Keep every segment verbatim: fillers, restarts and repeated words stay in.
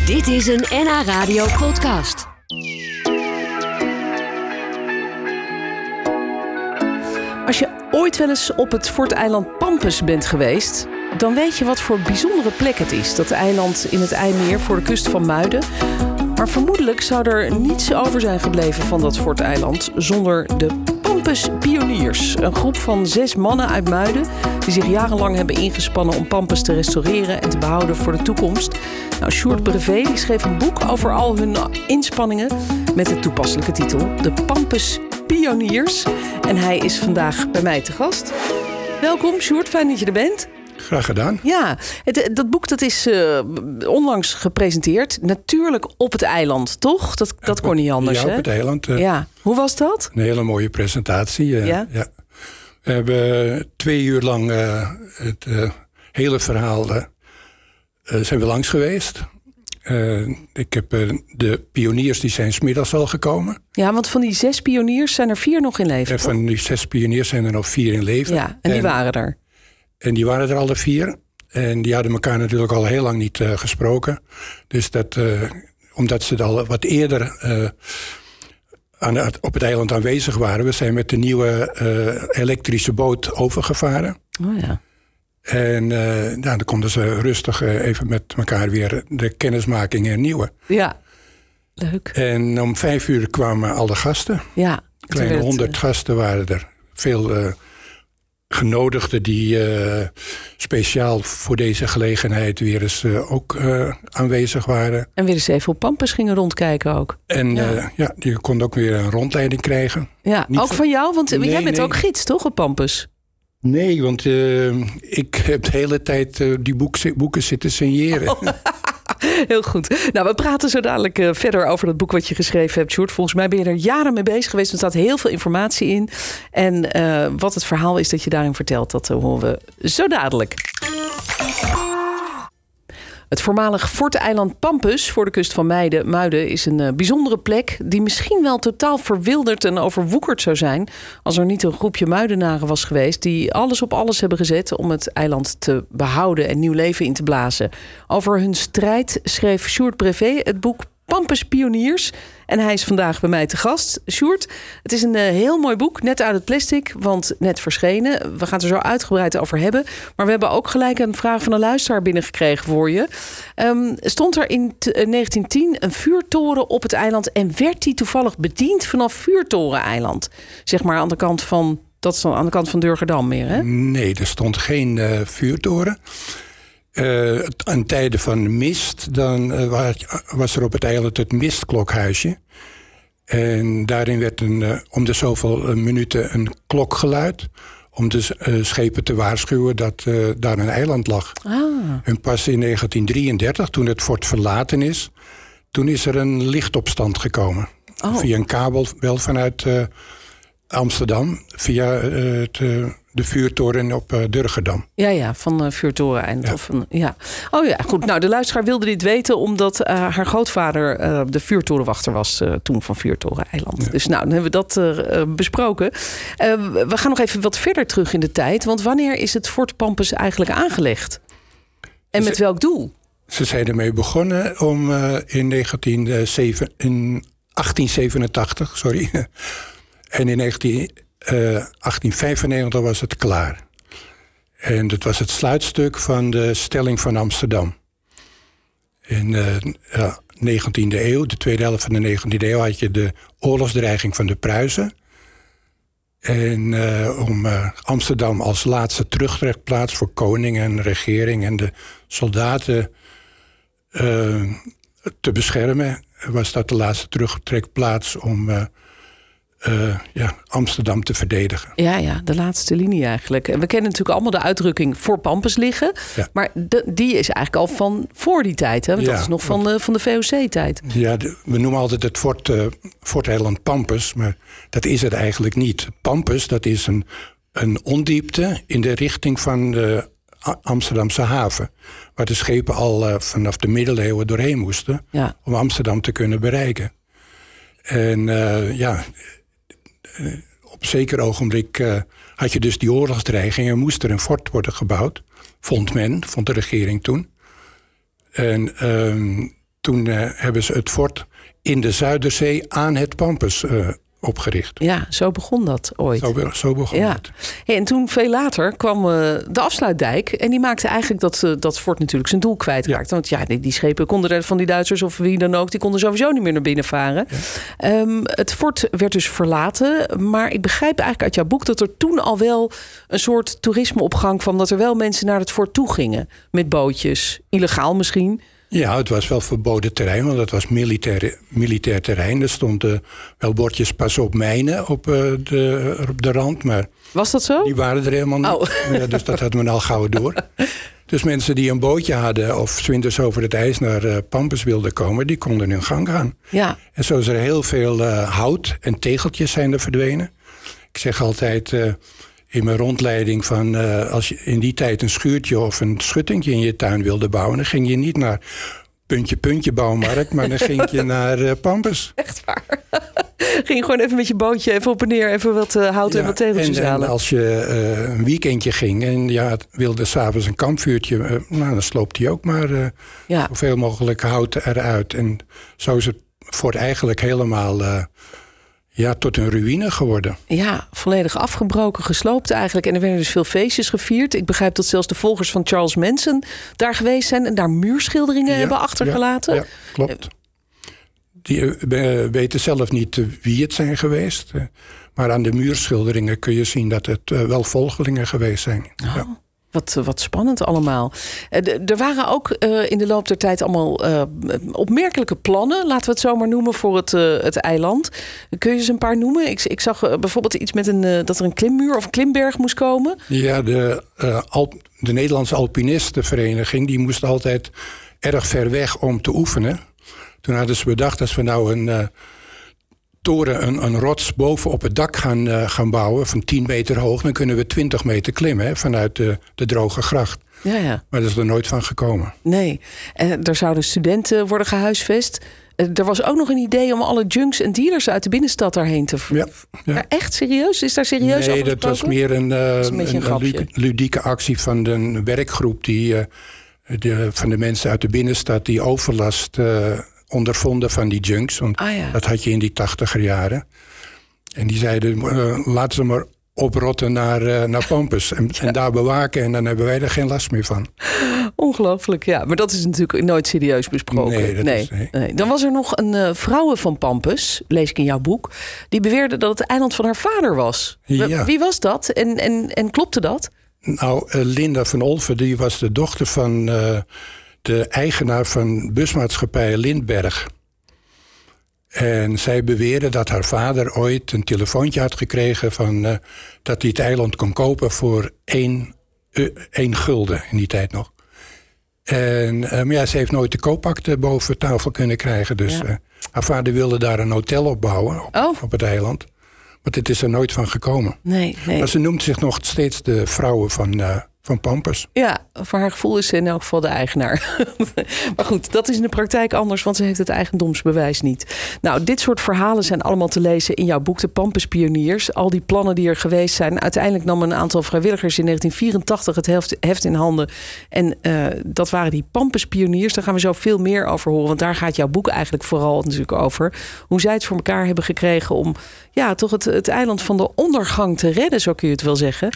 Dit is een N H Radio podcast. Als je ooit wel eens op het forteiland Pampus bent geweest, dan weet je wat voor bijzondere plek het is. Dat eiland in het IJmeer voor de kust van Muiden. Maar vermoedelijk zou er niets over zijn gebleven van dat forteiland zonder de Pampus Pioniers. Een groep van zes mannen uit Muiden die zich jarenlang hebben ingespannen om Pampus te restaureren en te behouden voor de toekomst. Nou, Sjoerd Brevet die schreef een boek over al hun inspanningen met de toepasselijke titel De Pampus Pioniers. En hij is vandaag bij mij te gast. Welkom Sjoerd, fijn dat je er bent. Graag gedaan. Ja, het, dat boek dat is uh, onlangs gepresenteerd. Natuurlijk op het eiland, toch? Dat, dat kon niet anders, ja, hè? op het eiland. Uh, ja. Hoe was dat? Een hele mooie presentatie. Uh, ja? ja. We hebben twee uur lang uh, het uh, hele verhaal uh, uh, zijn we langs geweest. Uh, ik heb uh, de pioniers die zijn 's middags al gekomen. Ja, want van die zes pioniers zijn er vier nog in leven. En van die zes pioniers zijn er nog vier in leven. Ja, en die en, waren er. En die waren er alle vier. En die hadden elkaar natuurlijk al heel lang niet uh, gesproken. Dus dat, uh, omdat ze al wat eerder uh, aan het, op het eiland aanwezig waren. We zijn met de nieuwe uh, elektrische boot overgevaren. Oh ja. En uh, nou, dan konden ze rustig uh, even met elkaar weer de kennismaking hernieuwen. Ja, leuk. En om vijf uur kwamen alle gasten. Ja. Kleine honderd uh... gasten waren er. Veel uh, genodigden die uh, speciaal voor deze gelegenheid weer eens uh, ook uh, aanwezig waren. En weer eens even op Pampus gingen rondkijken ook. En ja, uh, ja die konden ook weer een rondleiding krijgen. Ja, Niet ook van, van jou? Want nee, jij bent nee. ook gids, toch, op Pampus? Nee, want uh, ik heb de hele tijd uh, die boek, boeken zitten signeren. Oh. Heel goed. Nou, we praten zo dadelijk uh, verder over dat boek wat je geschreven hebt, Sjoerd. Volgens mij ben je er jaren mee bezig geweest. Er staat heel veel informatie in. En uh, wat het verhaal is dat je daarin vertelt, dat uh, horen we zo dadelijk. Het voormalig forteiland Pampus voor de kust van Muiden, Muiden is een uh, bijzondere plek die misschien wel totaal verwilderd en overwoekerd zou zijn als er niet een groepje Muidenaren was geweest die alles op alles hebben gezet om het eiland te behouden en nieuw leven in te blazen. Over hun strijd schreef Sjoerd Brevet het boek Pampus Pioniers. En hij is vandaag bij mij te gast. Sjoerd, het is een uh, heel mooi boek, net uit het plastic, want net verschenen. We gaan het er zo uitgebreid over hebben. Maar we hebben ook gelijk een vraag van een luisteraar binnengekregen voor je. Um, stond er in t- uh, negentien tien een vuurtoren op het eiland en werd die toevallig bediend vanaf Vuurtoren-eiland? Zeg maar aan de kant van, dat is aan de kant van Durgerdam meer, hè? Nee, er stond geen uh, vuurtoren. Uh, aan tijden van mist, dan uh, was er op het eiland het mistklokhuisje. En daarin werd een, uh, om de zoveel uh, minuten een klok geluid om de uh, schepen te waarschuwen dat uh, daar een eiland lag. Ah. En pas in negentien drieëndertig, toen het fort verlaten is, toen is er een lichtopstand gekomen. Oh. Via een kabel, wel vanuit uh, Amsterdam, via uh, het... Uh, de vuurtoren op uh, Durgerdam. Ja, ja, van uh, Vuurtoren. Ja. Of een, ja. Oh ja, goed. Nou, de luisteraar wilde dit weten omdat uh, haar grootvader uh, de vuurtorenwachter was uh, toen van Vuurtoren-eiland. Ja. Dus nou, dan hebben we dat uh, besproken. Uh, we gaan nog even wat verder terug in de tijd. Want wanneer is het Fort Pampus eigenlijk aangelegd? En met ze, welk doel? Ze zijn ermee begonnen om uh, in, negentien zeven, in achttien zevenentachtig, sorry. En in negentien Uh, achttien vijfennegentig was het klaar. En dat was het sluitstuk van de stelling van Amsterdam. In de uh, uh, negentiende eeuw, de tweede helft van de negentiende eeuw, had je de oorlogsdreiging van de Pruisen. En uh, om uh, Amsterdam als laatste terugtrekplaats voor koning en regering en de soldaten uh, te beschermen, was dat de laatste terugtrekplaats om Uh, Uh, ja, Amsterdam te verdedigen. Ja, ja, de laatste linie eigenlijk. En we kennen natuurlijk allemaal de uitdrukking voor Pampus liggen. Ja. Maar de, die is eigenlijk al van voor die tijd. Hè? Want ja, dat is nog van de, van de V O C-tijd. Ja, de, we noemen altijd het fort, uh, forteiland Pampus. Maar dat is het eigenlijk niet. Pampus, dat is een, een ondiepte in de richting van de Amsterdamse haven. Waar de schepen al uh, vanaf de middeleeuwen doorheen moesten. Ja. Om Amsterdam te kunnen bereiken. En uh, ja... op zeker ogenblik uh, had je dus die oorlogsdreiging en moest er een fort worden gebouwd. Vond men, vond de regering toen. En um, toen uh, hebben ze het fort in de Zuiderzee aan het Pampus uh, opgericht. Ja, zo begon dat ooit. Zo, zo begon ja. het. Hey, en toen, veel later, kwam uh, de afsluitdijk. En die maakte eigenlijk dat, uh, dat fort natuurlijk zijn doel kwijtraakte. Ja. Want ja, die, die schepen konden er, van die Duitsers of wie dan ook... die konden sowieso niet meer naar binnen varen. Ja. Um, het fort werd dus verlaten. Maar ik begrijp eigenlijk uit jouw boek... dat er toen al wel een soort toerisme op gang kwam... dat er wel mensen naar het fort toe gingen. Met bootjes. Illegaal misschien... Ja, het was wel verboden terrein, want het was militair, militair terrein. Er stonden wel bordjes pas op mijnen op, uh, de, op de rand. Maar was dat zo? Die waren er helemaal niet. Oh. Ja, dus dat hadden we al gauw door. Dus mensen die een bootje hadden of 's winters over het ijs naar uh, Pampus wilden komen... die konden hun gang gaan. Ja. En zo is er heel veel uh, hout en tegeltjes zijn er verdwenen. Ik zeg altijd... Uh, in mijn rondleiding van uh, als je in die tijd een schuurtje of een schuttingje in je tuin wilde bouwen... dan ging je niet naar puntje puntje bouwmarkt, maar dan ging je naar uh, Pampus. Echt waar? Ging gewoon even met je bootje even op en neer, even wat uh, hout ja, en wat tegeltjes en, halen. En als je uh, een weekendje ging en ja, wilde s'avonds een kampvuurtje... Uh, nou, dan sloopt hij ook maar uh, ja. zoveel mogelijk hout eruit. En zo is het voor eigenlijk helemaal... Uh, Ja, tot een ruïne geworden. Ja, volledig afgebroken, gesloopt eigenlijk. En er werden dus veel feestjes gevierd. Ik begrijp dat zelfs de volgers van Charles Manson daar geweest zijn... en daar muurschilderingen ja, hebben achtergelaten. Ja, ja, klopt. Die uh, weten zelf niet uh, wie het zijn geweest. Uh, maar aan de muurschilderingen kun je zien dat het uh, wel volgelingen geweest zijn. Oh. Ja. Wat, wat spannend allemaal. Er waren ook uh, in de loop der tijd allemaal uh, opmerkelijke plannen... laten we het zo maar noemen, voor het, uh, het eiland. Kun je ze een paar noemen? Ik, ik zag uh, bijvoorbeeld iets met een, uh, dat er een klimmuur of een klimberg moest komen. Ja, de, uh, Alp, de Nederlandse Alpinistenvereniging... die moest altijd erg ver weg om te oefenen. Toen hadden ze bedacht, als we nou een... Uh, toren, een, een rots boven op het dak gaan, uh, gaan bouwen... van tien meter hoog, dan kunnen we twintig meter klimmen... Hè, vanuit de, de droge gracht. Ja, ja. Maar dat is er nooit van gekomen. Nee, en er zouden studenten worden gehuisvest. Er was ook nog een idee om alle junks en dealers... uit de binnenstad daarheen te... Ja, ja. Ja, echt serieus? Is daar serieus nee, over dat was meer een, uh, een, een, een ludieke actie van de werkgroep... Die, uh, de, van de mensen uit de binnenstad die overlast... Uh, ondervonden van die junks. Want ah, ja. dat had je in die tachtiger jaren. En die zeiden, uh, laten ze maar oprotten naar, uh, naar Pampus. En, ja. en daar bewaken. En dan hebben wij er geen last meer van. Ongelooflijk, ja. Maar dat is natuurlijk nooit serieus besproken. Nee, dat nee. Is, nee. nee. Dan was er nog een uh, vrouwe van Pampus, lees ik in jouw boek... die beweerde dat het eiland van haar vader was. Ja. Wie was dat? En, en, en klopte dat? Nou, uh, Linda van Olven, die was de dochter van... Uh, de eigenaar van busmaatschappij Lindberg. En zij beweerde dat haar vader ooit een telefoontje had gekregen... van uh, dat hij het eiland kon kopen voor één, uh, één gulden in die tijd nog. En uh, maar ja, ze heeft nooit de koopakte boven tafel kunnen krijgen. Dus ja. uh, haar vader wilde daar een hotel op bouwen op, oh. op het eiland. Maar het is er nooit van gekomen. Nee, nee. Maar ze noemt zich nog steeds de vrouwen van... Uh, Van Pampus. Ja, voor haar gevoel is ze in elk geval de eigenaar. Maar goed, dat is in de praktijk anders, want ze heeft het eigendomsbewijs niet. Nou, dit soort verhalen zijn allemaal te lezen in jouw boek De Pampuspioniers. Al die plannen die er geweest zijn. Uiteindelijk nam een aantal vrijwilligers in negentien vierentachtig het heft, heft in handen. En uh, dat waren die Pampuspioniers. Daar gaan we zo veel meer over horen, want daar gaat jouw boek eigenlijk vooral natuurlijk over. Hoe zij het voor elkaar hebben gekregen om ja, toch het, het eiland van de ondergang te redden, zo kun je het wel zeggen.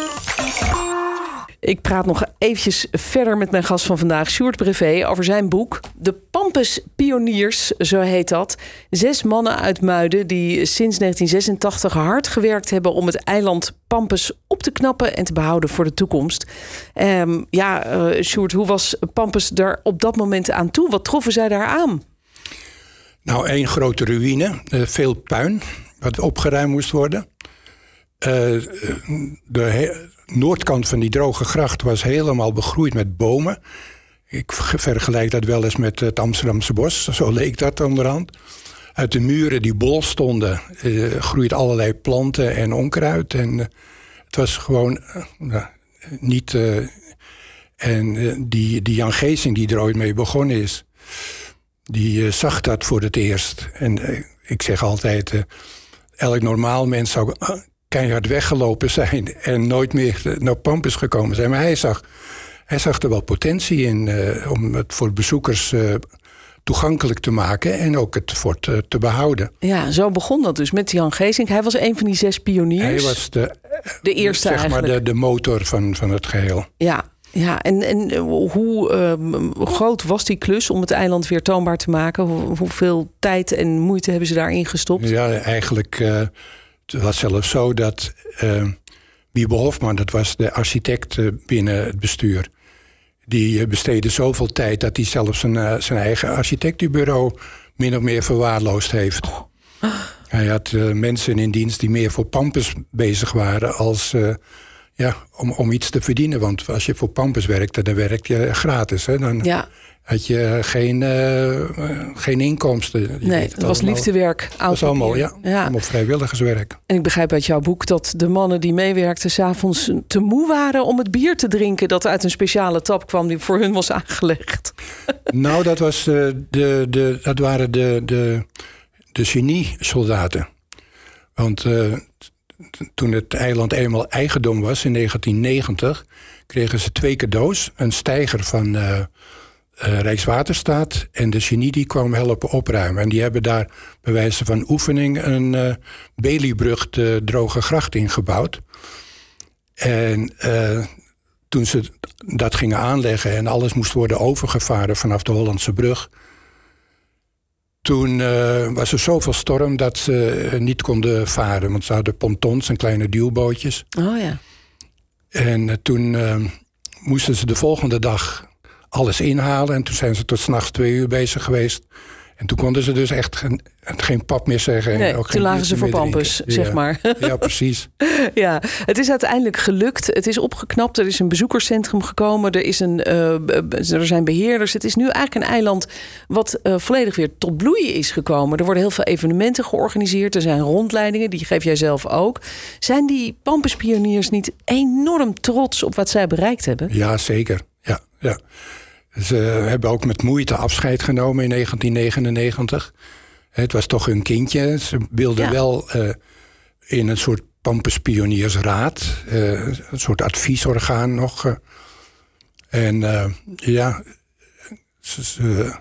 Ik praat nog eventjes verder met mijn gast van vandaag, Sjoerd Brevé, over zijn boek De Pampuspioniers, zo heet dat. Zes mannen uit Muiden die sinds negentien zesentachtig hard gewerkt hebben om het eiland Pampus op te knappen en te behouden voor de toekomst. Um, ja, uh, Sjoerd, hoe was Pampus daar op dat moment aan toe? Wat troffen zij daar aan? Nou, één grote ruïne, uh, veel puin, wat opgeruimd moest worden. Uh, de he- noordkant van die droge gracht was helemaal begroeid met bomen. Ik vergelijk dat wel eens met het Amsterdamse bos. Zo leek dat onderhand. Uit de muren die bol stonden uh, groeiden allerlei planten en onkruid. En uh, het was gewoon uh, niet... Uh, en uh, die, die Jan Geesing die er ooit mee begonnen is... die uh, zag dat voor het eerst. En uh, ik zeg altijd... Uh, elk normaal mens zou... Uh, keihard weggelopen zijn en nooit meer naar Pampus gekomen zijn. Maar hij zag, hij zag er wel potentie in uh, om het voor bezoekers uh, toegankelijk te maken en ook het fort uh, te behouden. Ja, zo begon dat dus met Jan Geesink. Hij was een van die zes pioniers. Hij was de, de eerste zeg eigenlijk. maar de, de motor van, van het geheel. Ja, ja. En, en hoe uh, groot was die klus om het eiland weer toonbaar te maken? Hoe, hoeveel tijd en moeite hebben ze daarin gestopt? Ja, eigenlijk uh, het was zelfs zo dat uh, Wiebe Hofman, dat was de architect uh, binnen het bestuur, die besteedde zoveel tijd dat hij zelfs zijn, uh, zijn eigen architectenbureau min of meer verwaarloosd heeft. Oh. Hij had uh, mensen in dienst die meer voor Pampus bezig waren als uh, ja, om, om iets te verdienen. Want als je voor Pampus werkte, dan werk je gratis. Hè? Dan ja. had je geen, uh, geen inkomsten. Je nee, het was allemaal, liefdewerk. Het was allemaal, ja, ja. allemaal vrijwilligerswerk. En ik begrijp uit jouw boek dat de mannen die meewerkten 's avonds te moe waren om het bier te drinken dat uit een speciale tap kwam die voor hun was aangelegd. Nou, dat, was, uh, de, de, dat waren de, de, de genie-soldaten. Want uh, toen het eiland eenmaal eigendom was in negentien negentig... kregen ze twee cadeaus. Een steiger van uh, uh, Rijkswaterstaat en de genie die kwam helpen opruimen. En die hebben daar bij wijze van oefening een uh, Beliebrug de Droge Gracht ingebouwd. En uh, toen ze dat gingen aanleggen en alles moest worden overgevaren vanaf de Hollandse brug, toen uh, was er zoveel storm dat ze uh, niet konden varen. Want ze hadden pontons en kleine duwbootjes. Oh ja. En uh, toen uh, moesten ze de volgende dag alles inhalen. En toen zijn ze tot 's nachts twee uur bezig geweest. En toen konden ze dus echt geen, geen pap meer zeggen. Nee, en ook toen geen lagen ze voor Pampus, drinken. zeg ja. maar. Ja, precies. Ja, het is uiteindelijk gelukt. Het is opgeknapt. Er is een bezoekerscentrum gekomen. Er, is een, uh, er zijn beheerders. Het is nu eigenlijk een eiland wat uh, volledig weer tot bloei is gekomen. Er worden heel veel evenementen georganiseerd. Er zijn rondleidingen, die geef jij zelf ook. Zijn die Pampuspioniers niet enorm trots op wat zij bereikt hebben? Ja, zeker. Ja, ja. Ze hebben ook met moeite afscheid genomen in negentien negenennegentig. Het was toch hun kindje. Ze wilden ja. wel uh, in een soort Pampuspioniersraad. Uh, een soort adviesorgaan nog. Uh, en uh, ja, ze, ze,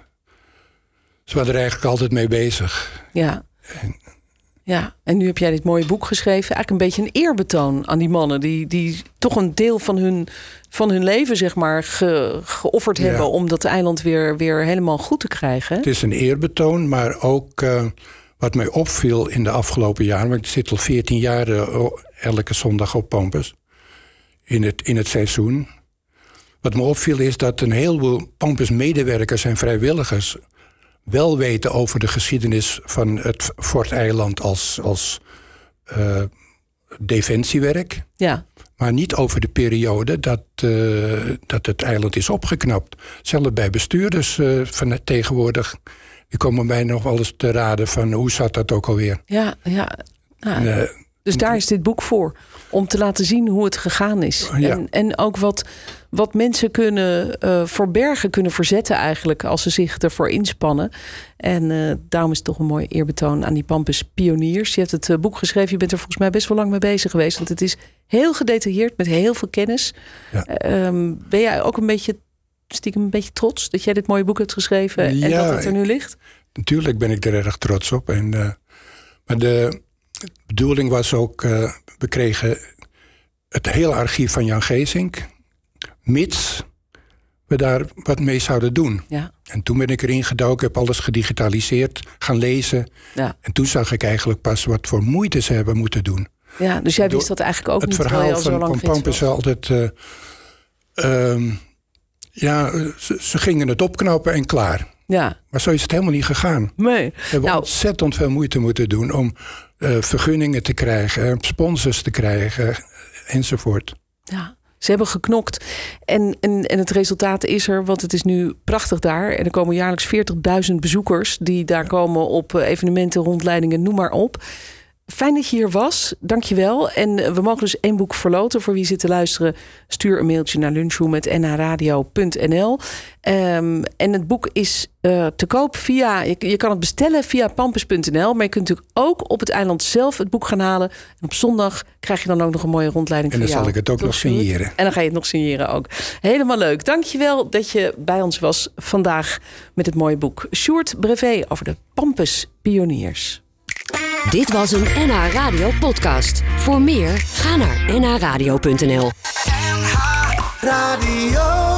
ze waren er eigenlijk altijd mee bezig. Ja. En, Ja, en nu heb jij dit mooie boek geschreven. Eigenlijk een beetje een eerbetoon aan die mannen die, die toch een deel van hun, van hun leven, zeg maar, ge, geofferd ja. hebben om dat eiland weer, weer helemaal goed te krijgen. Het is een eerbetoon, maar ook uh, wat mij opviel in de afgelopen jaren, want ik zit al veertien jaar uh, elke zondag op Pampus in het, in het seizoen. Wat me opviel is dat een heleboel Pampus-medewerkers en vrijwilligers wel weten over de geschiedenis van het Fort-eiland als, als uh, defensiewerk. Ja. Maar niet over de periode dat, uh, dat het eiland is opgeknapt. Zelfs bij bestuurders uh, van het tegenwoordig, die komen mij nog wel eens te raden van hoe zat dat ook alweer. Ja, ja. Ah, en, uh, dus daar is dit boek voor. Om te laten zien hoe het gegaan is. Ja. En, en ook wat, wat mensen kunnen uh, verbergen, kunnen verzetten eigenlijk, als ze zich ervoor inspannen. En uh, daarom is het toch een mooi eerbetoon aan die Pampus pioniers. Je hebt het uh, boek geschreven, je bent er volgens mij best wel lang mee bezig geweest. Want het is heel gedetailleerd, met heel veel kennis. Ja. Uh, um, ben jij ook een beetje, stiekem een beetje trots dat jij dit mooie boek hebt geschreven en ja, dat het er nu ligt? Natuurlijk ben ik er erg trots op. En, uh, maar de De bedoeling was ook, uh, we kregen het hele archief van Jan Geesink, mits we daar wat mee zouden doen. Ja. En toen ben ik erin gedoken, heb alles gedigitaliseerd, gaan lezen. Ja. En toen zag ik eigenlijk pas wat voor moeite ze hebben moeten doen. Ja, dus jij wist dat eigenlijk ook het niet. Het verhaal van, van Pampus is altijd, uh, um, ja, ze, ze gingen het opknappen en klaar. Ja. Maar zo is het helemaal niet gegaan. Nee. We hebben nou, ontzettend veel moeite moeten doen om uh, vergunningen te krijgen, sponsors te krijgen, enzovoort. Ja, ze hebben geknokt. En, en, en het resultaat is er, want het is nu prachtig daar. En er komen jaarlijks veertigduizend bezoekers die daar ja. komen op evenementen, rondleidingen, noem maar op. fijn dat je hier was. Dank je wel. En we mogen dus één boek verloten. Voor wie zit te luisteren, stuur een mailtje naar lunchroom at n h radio punt n l. Um, en het boek is uh, te koop via... Je, je kan het bestellen via pampus punt n l. Maar je kunt natuurlijk ook op het eiland zelf het boek gaan halen. En op zondag krijg je dan ook nog een mooie rondleiding en voor jou. En dan zal ik het ook nog signeren. En dan ga je het nog signeren ook. Helemaal leuk. Dank je wel dat je bij ons was vandaag met het mooie boek. Sjoerd Brevet over de Pampus Pioniers. Dit was een N H Radio podcast. Voor meer, ga naar n h radio punt n l. N H Radio.